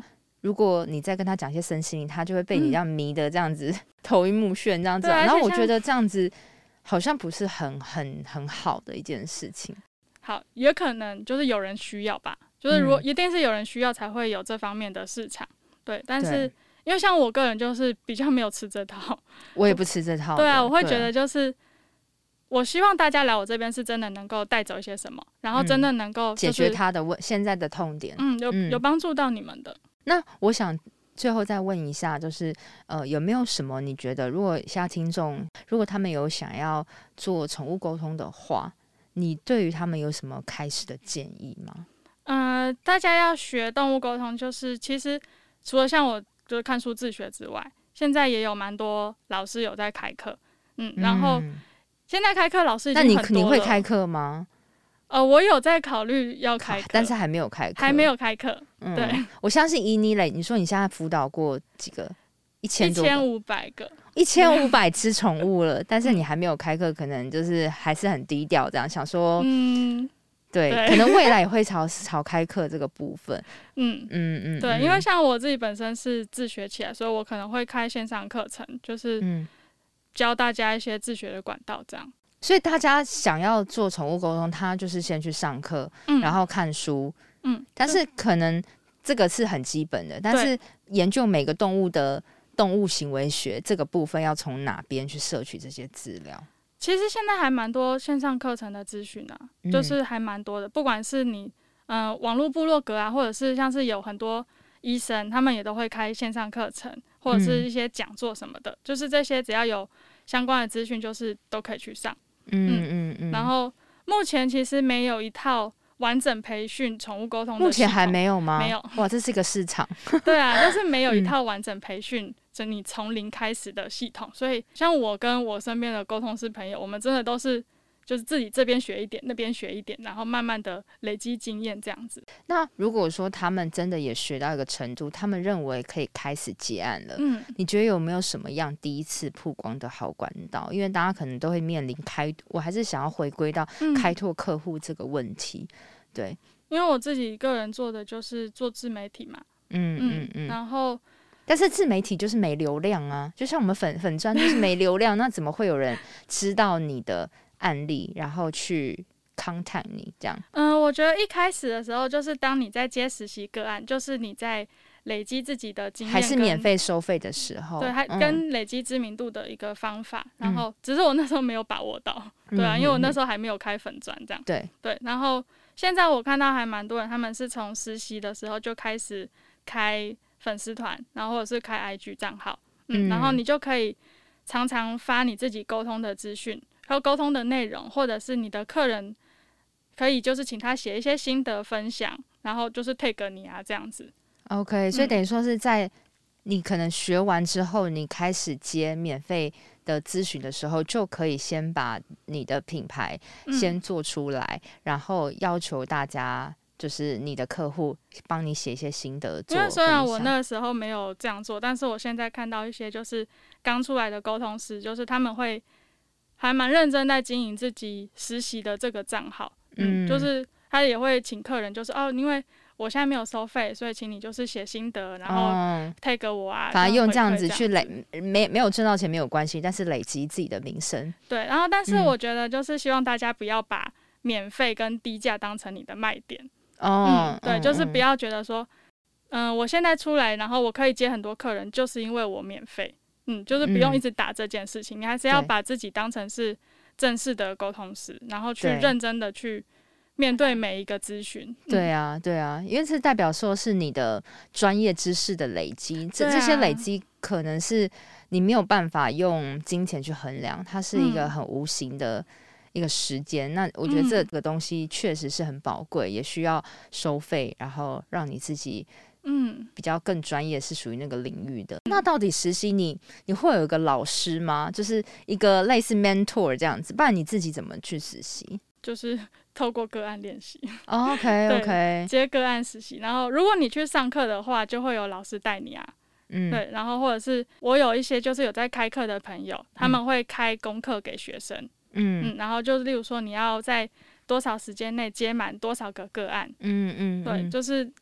如果你再跟他讲一些身心灵，他就会被你这样迷的这样子、嗯、头晕目眩这样子、啊、然后我觉得这样子好像不是很很很好的一件事情。 好，也可能就是有人需要吧，就是如果一定是有人需要才会有这方面的市场，对。但是因为像我个人就是比较没有吃这套， 我也不吃这套。 对啊，我会觉得就是我希望大家来我这边是真的能够带走一些什么，然后真的能够、就是嗯、 解决他的问现在的痛点， 嗯，有有帮助到你们的。 那我想最后再问一下，就是呃，有没有什么你觉得，如果现在听众如果他们有想要做宠物沟通的话，你对于他们有什么开始的建议吗？ 呃，大家要学动物沟通，就是其实除了像我就是看书自学之外，现在也有蛮多老师有在开课，嗯，然后现在开课老师已经很多了。 那你你会开课吗？ 呃，我有在考虑要开课， 但是还没有开课， 还没有开课。嗯、对， 我相信以你嘞，你说你现在辅导过几个？一千多个，一千五百个， 一千五百只宠物了，但是你还没有开课，可能就是还是很低调，这样想说，嗯，对，对可能未来也会朝朝开课这个部分，嗯嗯嗯，对，因为像我自己本身是自学起来，所以我可能会开线上课程，就是教大家一些自学的管道，这样。 所以大家想要做宠物沟通，他就是先去上课，嗯、然后看书，嗯，但是可能这个是很基本的，但是研究每个动物的动物行为学这个部分要从哪边去摄取这些资料？ 其实现在还蛮多线上课程的资讯啊、嗯，就是还蛮多的。不管是你嗯、呃、网络部落格啊，或者是像是有很多医生，他们也都会开线上课程，或者是一些讲座什么的、嗯。就是这些只要有相关的资讯，就是都可以去上。嗯嗯嗯。然后目前其实没有一套完整培训宠物沟通的系统， 目前还没有吗？ 没有。 哇，这是一个市场。 对啊，就是没有一套完整培训。嗯，你从零开始的系统，所以像我跟我身边的沟通师朋友，我们真的都是就是自己这边学一点，那边学一点，然后慢慢的累积经验这样子。 那如果说他们真的也学到一个程度，他们认为可以开始结案了，嗯，你觉得有没有什么样第一次曝光的好管道？因为大家可能都会面临开，我还是想要回归到开拓客户这个问题、嗯。对， 因为我自己个人做的就是做自媒体嘛，嗯嗯嗯，然后。 但是自媒体就是没流量啊，就像我们粉粉专就是没流量，那怎么会有人知道你的案例，然后去 contact 你这样？ 嗯，我觉得一开始的时候，就是当你在接实习个案，就是你在累积自己的经验， 还是免费收费的时候， 对，还跟累积知名度的一个方法。嗯、然后只是我那时候没有把握到，对啊，因为我那时候还没有开粉专这样。 对对，然后现在我看到还蛮多人，他们是从实习的时候就开始开粉丝团，然后或者是开 I G 账号，嗯，然后你就可以常常发你自己沟通的资讯和沟通的内容，或者是你的客人可以就是请他写一些心得分享，然后就是 tag 你啊这样子。 OK， 所以等于说是在你可能学完之后，你开始接免费的咨询的时候，就可以先把你的品牌先做出来，嗯、然后要求大家。就是你的客户帮你写一些心得做分享。 因为虽然我那个时候没有这样做，但是我现在看到一些就是刚出来的沟通师，就是他们会还蛮认真在经营自己实习的这个账号，嗯，嗯，就是他也会请客人，就是哦，因为我现在没有收费，所以请你就是写心得，然后 tag 我啊， 反正用这样子去累，没没有挣到钱没有关系，但是累积自己的名声。 对，然后但是我觉得就是希望大家不要把免费跟低价当成你的卖点。哦、嗯，对，就是不要觉得说，嗯、呃，我现在出来，然后我可以接很多客人，就是因为我免费，嗯，就是不用一直打这件事情，嗯、你还是要把自己当成是正式的沟通师，然后去认真的去面对每一个咨询。嗯、 对啊，对啊，因为这代表说是你的专业知识的累积，这、啊、这些累积可能是你没有办法用金钱去衡量，它是一个很无形的。一个时间，那我觉得这个东西确实是很宝贵、嗯，也需要收费，然后让你自己嗯比较更专业，是属于那个领域的。嗯、那到底实习你你会有一个老师吗？就是一个类似 mentor 这样子，不然你自己怎么去实习？ 就是透过个案练习。 Oh, OK OK， 接个案实习，然后如果你去上课的话，就会有老师带你啊。嗯，对，然后或者是我有一些就是有在开课的朋友，他们会开功课给学生。嗯, 嗯然后就是例如说你要在多少时间内接满多少个个案，嗯嗯，对，就是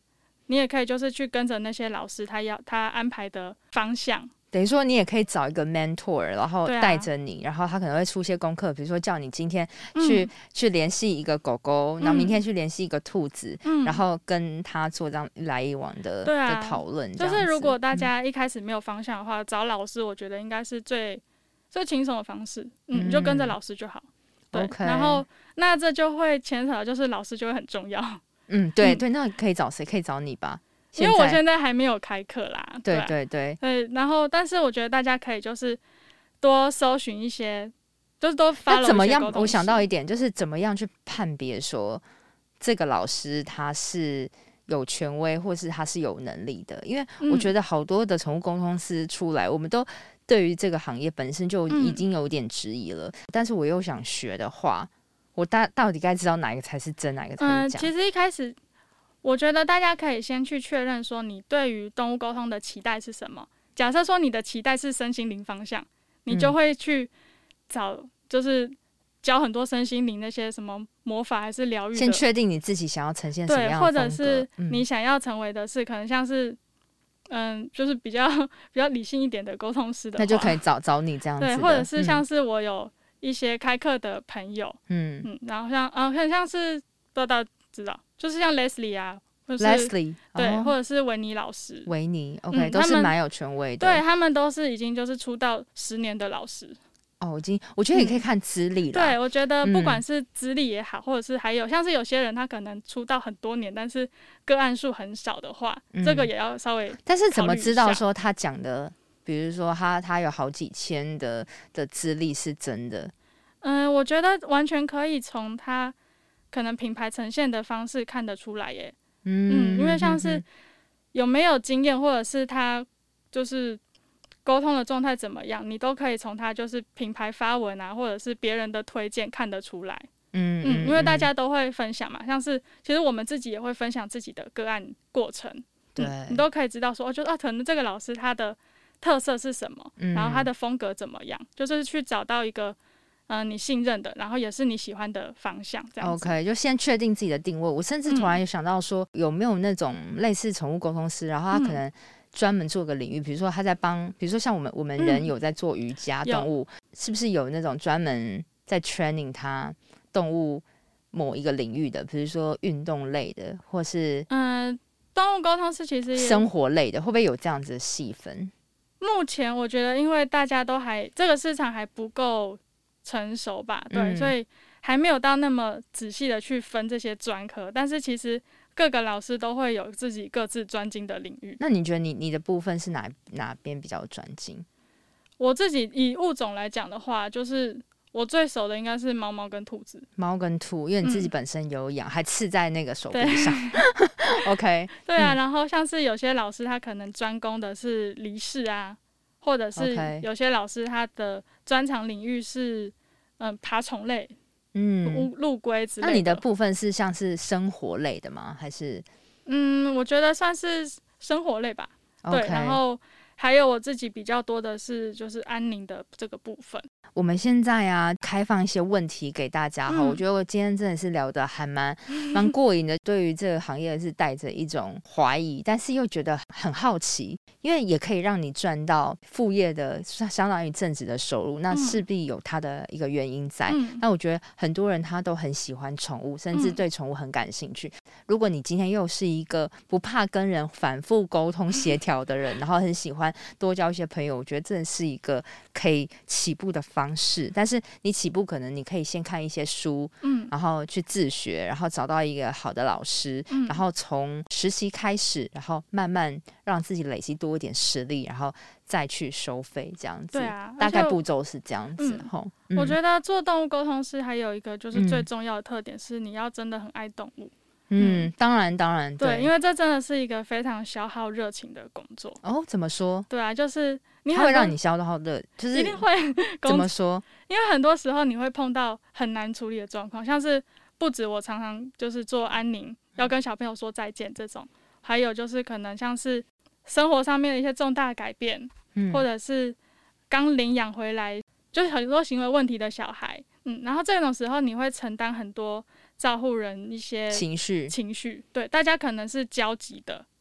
你也可以就是去跟着那些老师他要他安排的方向。 等于说你也可以找一个 mentor， 然后带着你、啊、然后他可能会出些功课，比如说叫你今天去、嗯、去联系一个狗狗，然后明天去联系一个兔子、嗯、然后跟他做这样一来一往的、对啊、的讨论。 就是如果大家一开始没有方向的话、嗯、找老师我觉得应该是最最轻松的方式。嗯，你就跟着老师就好。对、okay、然后那这就会牵扯到就是老师就会很重要。 嗯，对对，那可以找谁？可以找你吧， 因为我现在还没有开课啦。 对对对对，然后但是我觉得大家可以就是多搜寻一些，就是多 follow 一些沟通师。那怎么样？ 我想到一点，就是怎么样去判别说这个老师他是有权威，或是他是有能力的？因为我觉得好多的宠物沟通师出来，我们都对于这个行业本身就已经有点质疑了。嗯、但是我又想学的话，我大到底该知道哪一个才是真，哪一个才是假？ 嗯，其实一开始。我觉得大家可以先去确认说你对于动物沟通的期待是什么。假设说你的期待是身心灵方向，你就会去找就是教很多身心灵那些什么魔法还是疗愈的。 先确定你自己想要呈现什么样的风格， 对，或者是你想要成为的是、嗯、可能像是嗯，就是比较比较理性一点的沟通师的话， 那就可以找找你这样子的。 对，或者是像是我有一些开课的朋友，嗯嗯，然后像嗯很像是不知道大家知道。就是像 Leslie 啊，或是 Leslie 对、 哦， 或者是维尼老师， 维尼 OK、嗯、都是蛮有权威的。 对，他们都是已经就是出道十年的老师。 哦，已经我觉得也可以看资历了、嗯。 对，我觉得不管是资历也好、嗯，或者是还有像是有些人他可能出道很多年，但是个案数很少的话、嗯，这个也要稍微。 但是怎么知道说他讲的，比如说他他有好几千的的资历是真的？ 嗯，我觉得完全可以从他。可能品牌呈现的方式看得出来耶，嗯，嗯因为像是有没有经验，或者是他就是沟通的状态怎么样，你都可以从他就是品牌发文啊，或者是别人的推荐看得出来，嗯嗯，因为大家都会分享嘛，像是其实我们自己也会分享自己的个案过程， 对、 嗯，你都可以知道说，哦，就啊，可能这个老师他的特色是什么，嗯、然后他的风格怎么样，就是去找到一个。嗯、呃，你信任的，然后也是你喜欢的方向，这样子。 OK， 就先确定自己的定位。我甚至突然有想到说，嗯、有没有那种类似宠物沟通师，然后他可能专门做个领域，嗯、比如说他在帮，比如说像我们我们人有在做瑜伽，嗯、动物是不是有那种专门在 training 他动物某一个领域的，比如说运动类的，或是嗯、呃，动物沟通师其实也生活类的，会不会有这样子的细分？ 目前我觉得，因为大家都还这个市场还不够。成熟吧，对、嗯，所以还没有到那么仔细的去分这些专科，但是其实各个老师都会有自己各自专精的领域。 那你觉得你你的部分是哪哪边比较专精？ 我自己以物种来讲的话，就是我最熟的应该是猫猫跟兔子。 猫跟兔，因为你自己本身有养、嗯，还刺在那个手臂上。OK， 对啊、嗯，然后像是有些老师他可能专攻的是离世啊。或者是有些老师他的专长领域是嗯爬虫类，嗯陆龟之类的。 那你的部分是像是生活类的吗？还是？ 嗯，我觉得算是生活类吧。Okay. 对，然后还有我自己比较多的是就是安宁的这个部分。 我们现在啊，开放一些问题给大家哈、嗯。我觉得我今天真的是聊得还蛮蛮过瘾的。对于这个行业是带着一种怀疑，但是又觉得很好奇，因为也可以让你赚到副业的相当于正职的收入，那势必有它的一个原因在。嗯、那我觉得很多人他都很喜欢宠物，甚至对宠物很感兴趣。嗯、如果你今天又是一个不怕跟人反复沟通协调的人，然后很喜欢多交一些朋友，我觉得这是一个可以起步的方式。方式，但是你起步可能你可以先看一些书，嗯，然后去自学，然后找到一个好的老师，嗯，然后从实习开始，然后慢慢让自己累积多一点实力，然后再去收费，这样子。 对啊， 大概步骤是这样子。 嗯嗯、我觉得做动物沟通师还有一个就是最重要的特点是你要真的很爱动物。 嗯，当然当然 对, 对，因为这真的是一个非常消耗热情的工作。 哦，怎么说？ 对啊，就是你它会让你消耗热，就是一定会。 怎么说？ 因为很多时候你会碰到很难处理的状况，像是不止我常常就是做安宁，要跟小朋友说再见这种，还有就是可能像是生活上面的一些重大改变，嗯、或者是刚领养回来就是很多行为问题的小孩，嗯，然后这种时候你会承担很多照护人一些情绪， 情绪，对，大家可能是焦急的，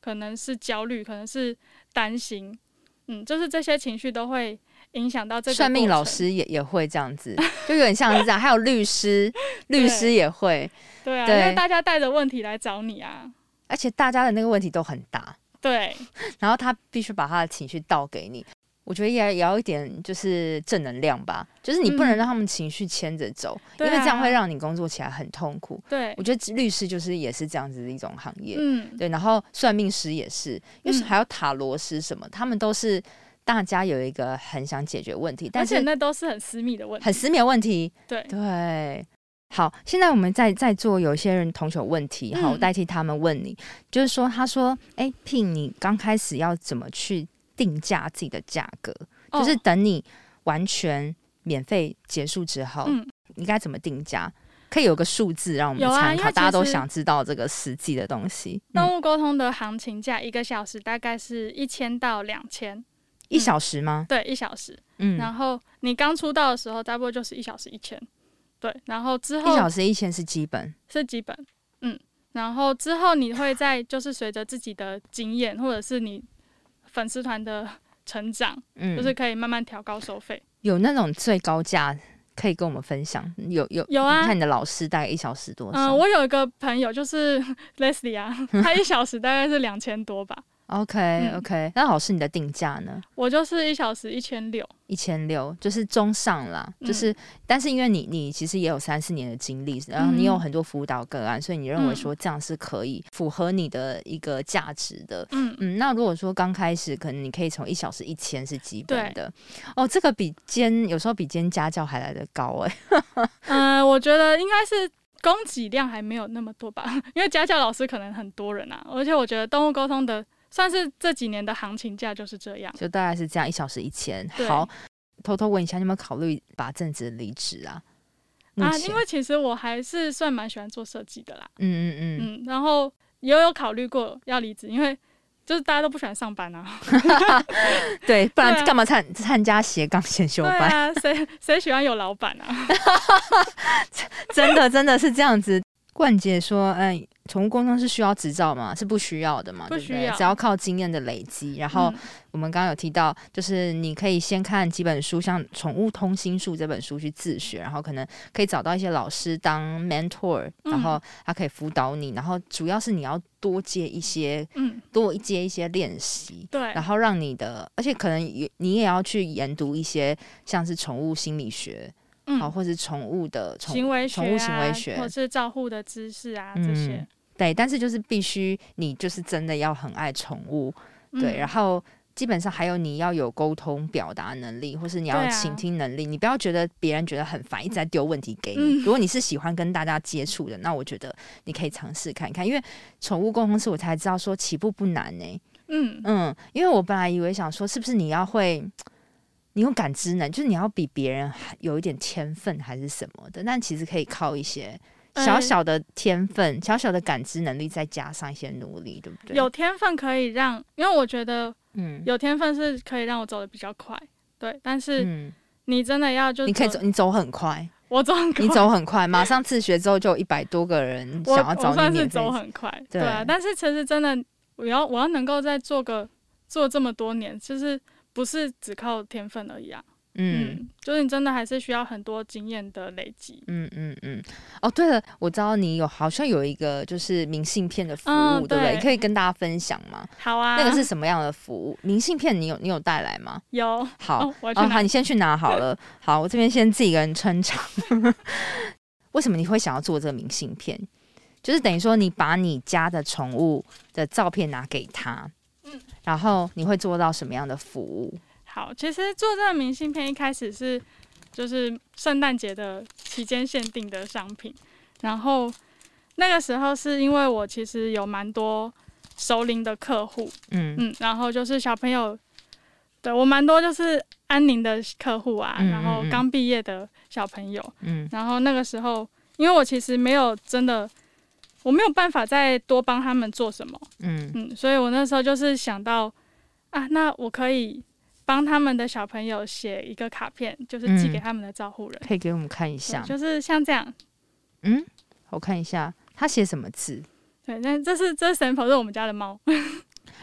可能是焦虑，可能是担心，嗯，就是这些情绪都会影响到这个。 算命老师也也会这样子，就有点像是这样。还有律师，律师也会。 对啊，对，因为大家带着问题来找你啊， 而且大家的那个问题都很大。 对， 然后他必须把他的情绪倒给你。我觉得也也要一点就是正能量吧，就是你不能让他们情绪牵着走，嗯，因为这样会让你工作起来很痛苦。 对， 我觉得律师就是也是这样子的一种行业， 嗯， 对。然后算命师也是，因为还有塔罗师什么，嗯，他们都是大家有一个很想解决问题，但是而且那都是很私密的问题， 很私密的问题。 对对。好，现在我们在在做有些人同学有问题，好，我代替他们问你，嗯，就是说，他说，哎，Pin，你刚开始要怎么去定价自己的价格？哦，就是等你完全免费结束之后，嗯，你该怎么定价？可以有个数字让我们参考，啊，大家都想知道这个实际的东西。 动物沟通的行情价一个小时大概是一千到两千， 一小时吗？ 对，一小时。嗯，然后你刚出道的时候，差不多就是一小时一千。对，然后之后一小时一千是基本， 是基本，嗯，然后之后你会在就是随着自己的经验，或者是你粉丝团的成长，嗯，就是可以慢慢调高收费。 有那种最高价可以跟我们分享？有有有啊！ 你看你的老师大概一小时多少？ 嗯、呃，我有一个朋友就是 Leslie 啊，他一小时大概是两千多吧。 OK OK， 那老师你的定价呢？ 我就是一小时一千六， 一千六就是中上啦，嗯、就是，但是因为你你其实也有三四年的经历，然后你有很多辅导个案，嗯、所以你认为说这样是可以符合你的一个价值的。嗯嗯，那如果说刚开始，可能你可以从一小时一千是基本的，哦，这个比兼有时候比兼家教还来得高哎、欸。 嗯、呃，我觉得应该是。供给量还没有那么多吧，因为家教老师可能很多人啊，而且我觉得动物沟通的算是这几年的行情价就是这样， 就大概是这样，一小时一千。好，偷偷问一下，你有没有考虑把正职离职啊？ 啊，因为其实我还是算蛮喜欢做设计的啦， 嗯嗯嗯嗯，然后也有考虑过要离职，因为就是大家都不喜欢上班啊， 对，不然干嘛参参加斜杠先修班？ 对啊，谁谁喜欢有老板啊？ 真的真的是这样子。冠姐说，哎、呃，宠物沟通是需要执照吗？是不需要的嘛？ 不需要， 对不对？只要靠经验的累积。然后我们刚刚有提到，就是你可以先看几本书，像《宠物通心术》这本书去自学，然后可能可以找到一些老师当 mentor， 然后他可以辅导你。然后主要是你要多接一些，嗯，多接一些练习， 对， 然后让你的，而且可能也你也要去研读一些像是宠物心理学。嗯，好，或是宠物的行为学、啊、 宠物行为学， 或是照护的知识啊，这些、 嗯。对，但是就是必须你就是真的要很爱宠物，对、嗯，然后基本上还有你要有沟通表达能力，或是你要有倾听能力。啊、你不要觉得别人觉得很烦，一直在丢问题给你、嗯。如果你是喜欢跟大家接触的，那我觉得你可以尝试看看，因为宠物沟通师我才知道说起步不难呢、欸。嗯嗯，因为我本来以为想说是不是你要会。你有感知能，就是你要比别人有一点天分还是什么的，但其实可以靠一些小小的天分、嗯、小小的感知能力，再加上一些努力，对不对？ 有天分可以让，因为我觉得，嗯，有天分是可以让我走得比较快，对。但是你真的要就你可以走，你走很快， 我走很快， 你走很快，马上自学之后就有一百多个人想要找你免费。 我, 我算是走很快， 对, 对啊。但是其实真的，我要我要能够再做个做这么多年，就是。不是只靠天分而已啊，嗯，嗯，就是你真的还是需要很多经验的累积，嗯嗯嗯。哦，对了，我知道你有好像有一个就是明信片的服务，嗯、对不对？可以跟大家分享吗？ 好啊， 那个是什么样的服务？明信片你有你有带来吗？ 有。 好， 哦、我要去拿、 哦、好，你先去拿好了。好，我这边先自己一个人撑场。为什么你会想要做这个明信片？就是等于说你把你家的宠物的照片拿给他。然后你会做到什么样的服务？ 好，其实做这个明信片一开始是就是圣诞节的期间限定的商品，然后那个时候是因为我其实有蛮多熟龄的客户，嗯嗯，然后就是小朋友，对我蛮多就是安宁的客户啊，嗯嗯嗯，然后刚毕业的小朋友，嗯，然后那个时候因为我其实没有真的。我没有办法再多帮他们做什么，嗯嗯，所以我那时候就是想到，啊，那我可以帮他们的小朋友写一个卡片，就是寄给他们的照护人， 嗯、可以给我们看一下， 就是像这样， 嗯，我看一下，他写什么字？ 对，那这是这是 sample， 是我们家的猫，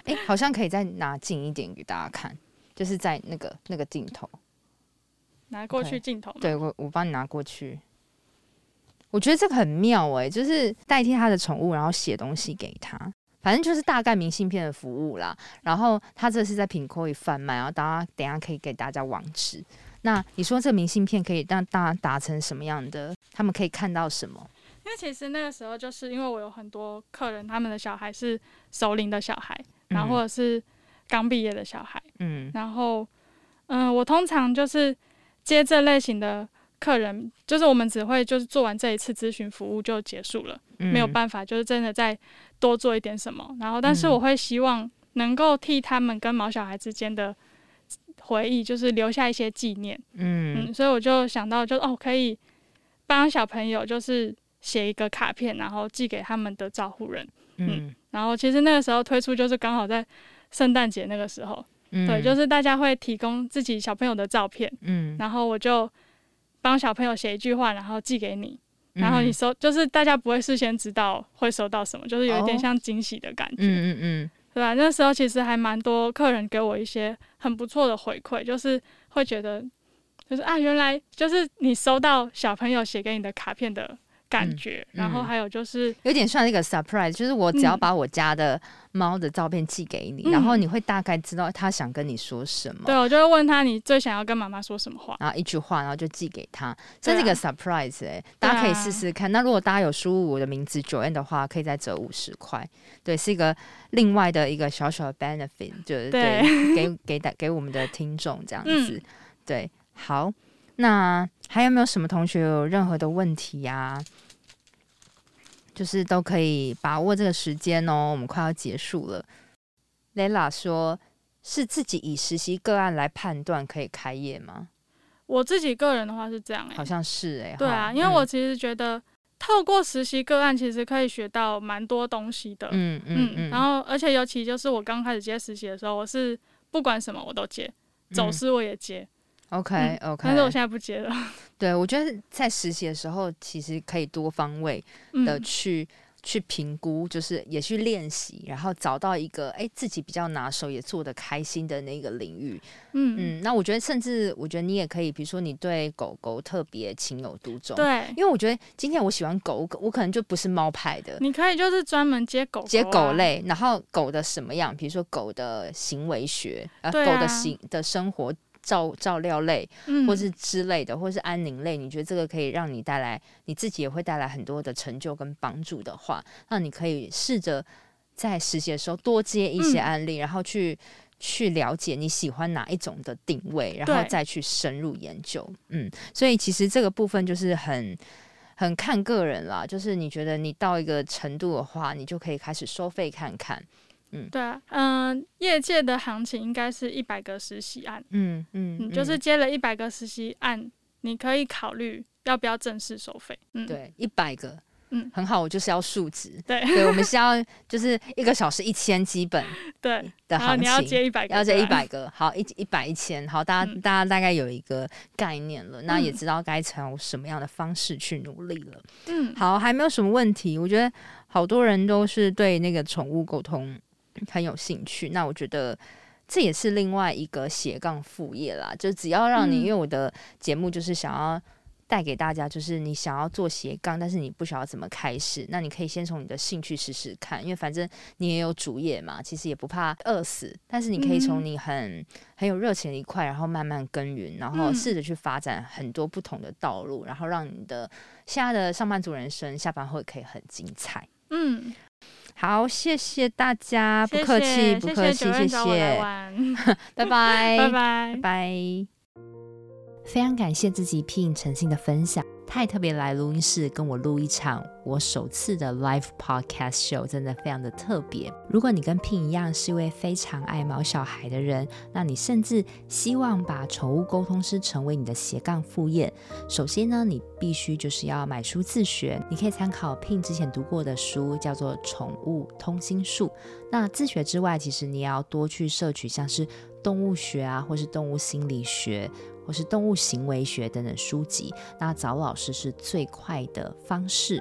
哎、好像可以再拿近一点给大家看，就是在那个那个镜头， 拿过去镜头。 对，我我帮你拿过去。我觉得这个很妙哎、欸，就是代替他的宠物，然后写东西给他，反正就是大概明信片的服务啦。然后他这是在品口里贩卖，然后大家等一下可以给大家网址。那你说这明信片可以让大家达成什么样的？他们可以看到什么？ 因为其实那个时候就是因为我有很多客人，他们的小孩是熟龄的小孩，然后或者是刚毕业的小孩，嗯，然后嗯、呃，我通常就是接这类型的客人，就是我们只会就是做完这一次咨询服务就结束了，嗯、没有办法就是真的再多做一点什么。然后，但是我会希望能够替他们跟毛小孩之间的回忆，就是留下一些纪念。嗯, 嗯所以我就想到就，就哦，可以帮小朋友就是写一个卡片，然后寄给他们的照护人。嗯, 嗯然后其实那个时候推出就是刚好在圣诞节那个时候，嗯、对，就是大家会提供自己小朋友的照片，嗯，然后我就帮小朋友写一句话，然后寄给你，然后你收，就是大家不会事先知道会收到什么，就是有一点像惊喜的感觉，嗯嗯嗯，对吧？那时候其实还蛮多客人给我一些很不错的回馈，就是会觉得，就是啊，原来就是你收到小朋友写给你的卡片的感觉，嗯、然后还有就是有点像一个 surprise， 就是我只要把我家的猫的照片寄给你，嗯、然后你会大概知道他想跟你说什么。 对，我就会问他你最想要跟妈妈说什么话， 然后一句话，然后就寄给他，这是一个 surprise 哎、欸，大家可以试试看。那如果大家有输入我的名字 Joanne 的话，可以再折五十块。对，是一个另外的一个小小的 benefit， 就是对, 对给给给我们的听众这样子。嗯、对，好。那还有没有什么同学有任何的问题呀、啊？就是都可以把握这个时间哦，我们快要结束了。Lela 说，是自己以实习个案来判断可以开业吗？ 我自己个人的话是这样、欸， 好像是哎、欸。 对啊，因为我其实觉得、嗯、透过实习个案，其实可以学到蛮多东西的。嗯嗯嗯。然后，而且尤其就是我刚开始接实习的时候，我是不管什么我都接，走失我也接。嗯 OK OK，、嗯、 但是我现在不接了。 对，我觉得在实习的时候，其实可以多方位的去、嗯、去评估，就是也去练习，然后找到一个哎自己比较拿手也做得开心的那个领域。嗯嗯，那我觉得甚至我觉得你也可以，比如说你对狗狗特别情有独钟， 对， 因为我觉得今天我喜欢狗，我可能就不是猫派的， 你可以就是专门接狗狗、啊、 接狗类，然后狗的什么样，比如说狗的行为学，呃，啊、狗的行的生活。照照料类，或是之类的，嗯、或是安宁类，你觉得这个可以让你带来，你自己也会带来很多的成就跟帮助的话，那你可以试着在实习的时候多接一些案例，嗯、然后去去了解你喜欢哪一种的定位，然后再去深入研究。嗯，所以其实这个部分就是很很看个人啦，就是你觉得你到一个程度的话，你就可以开始收费看看。嗯， 对啊，嗯、呃，业界的行情应该是一百个实习案，嗯嗯，嗯就是接了一百个实习案，你可以考虑要不要正式收费。嗯， 对，一百个，嗯，很好，我就是要数值， 对， 对，我们是要就是一个小时一千基本， 对的行情， 你要接一百个， 要接一百个，好，一一百一千，好，大家、嗯、大家大概有一个概念了，那也知道该从什么样的方式去努力了。嗯，好，还没有什么问题，我觉得好多人都是对那个宠物沟通很有兴趣，那我觉得这也是另外一个斜杠副业啦，就只要让你、嗯、因为我的节目就是想要带给大家，就是你想要做斜杠，但是你不晓得怎么开始，那你可以先从你的兴趣试试看，因为反正你也有主业嘛，其实也不怕饿死，但是你可以从你很、嗯、很有热情的一块，然后慢慢耕耘，然后试着去发展很多不同的道路，然后让你的现在的上班族人生下班后可以很精彩。嗯，好，谢谢大家，不客气，不客气，谢谢，拜拜， 拜拜， 拜拜。 非常感谢自己 Pin 诚信的分享，他也特别来录音室跟我录一场我首次的 live podcast show， 真的非常的特别。如果你跟 Pin 一样是一位非常爱毛小孩的人，那你甚至希望把宠物沟通师成为你的斜杠副业，首先呢，你必须就是要买书自学。你可以参考 Pin 之前读过的书，叫做《宠物通心术》。那自学之外，其实你也要多去摄取像是动物学啊，或是动物心理学，或是动物行为学等等书籍，那找老师是最快的方式。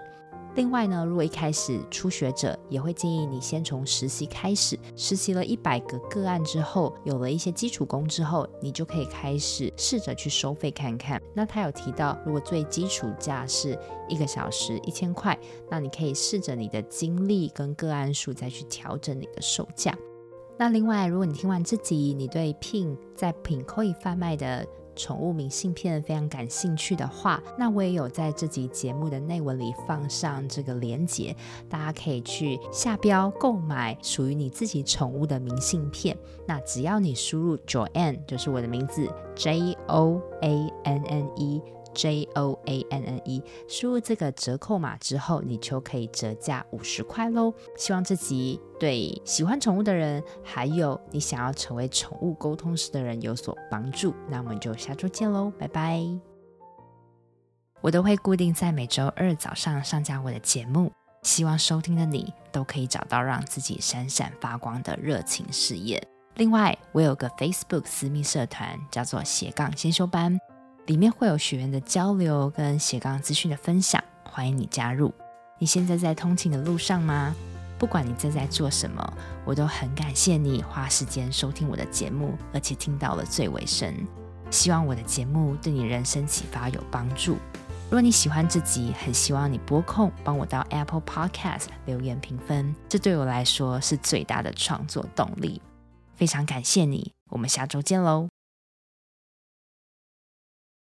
另外呢，如果一开始初学者，也会建议你先从实习开始，实习了一百个个案之后，有了一些基础功之后，你就可以开始试着去收费看看。那他有提到，如果最基础价是一个小时一千块，那你可以试着你的经历跟个案数再去调整你的售价。那另外，如果你听完这集，你对 Pin 在品 Koi 贩卖的宠物明信片非常感兴趣的话，那我也有在这集节目的内文里放上这个连结，大家可以去下标购买属于你自己宠物的明信片。那只要你输入 Joanne， 就是我的名字 J O A N N E J O A N N E， 输入这个折扣码之后，你就可以折价五十块咯。希望这集对喜欢宠物的人，还有你想要成为宠物沟通师的人有所帮助。那我们就下周见咯，拜拜。我都会固定在每周二早上上架我的节目，希望收听的你都可以找到让自己闪闪发光的热情事业。另外，我有个 Facebook 私密社团叫做斜杠先修班，里面会有学员的交流跟斜杠资讯的分享，欢迎你加入。你现在在通勤的路上吗？不管你正在做什么，我都很感谢你花时间收听我的节目，而且听到了最尾声。希望我的节目对你人生启发有帮助。如果你喜欢这集，很希望你拨空帮我到 Apple Podcast 留言评分，这对我来说是最大的创作动力。非常感谢你，我们下周见喽。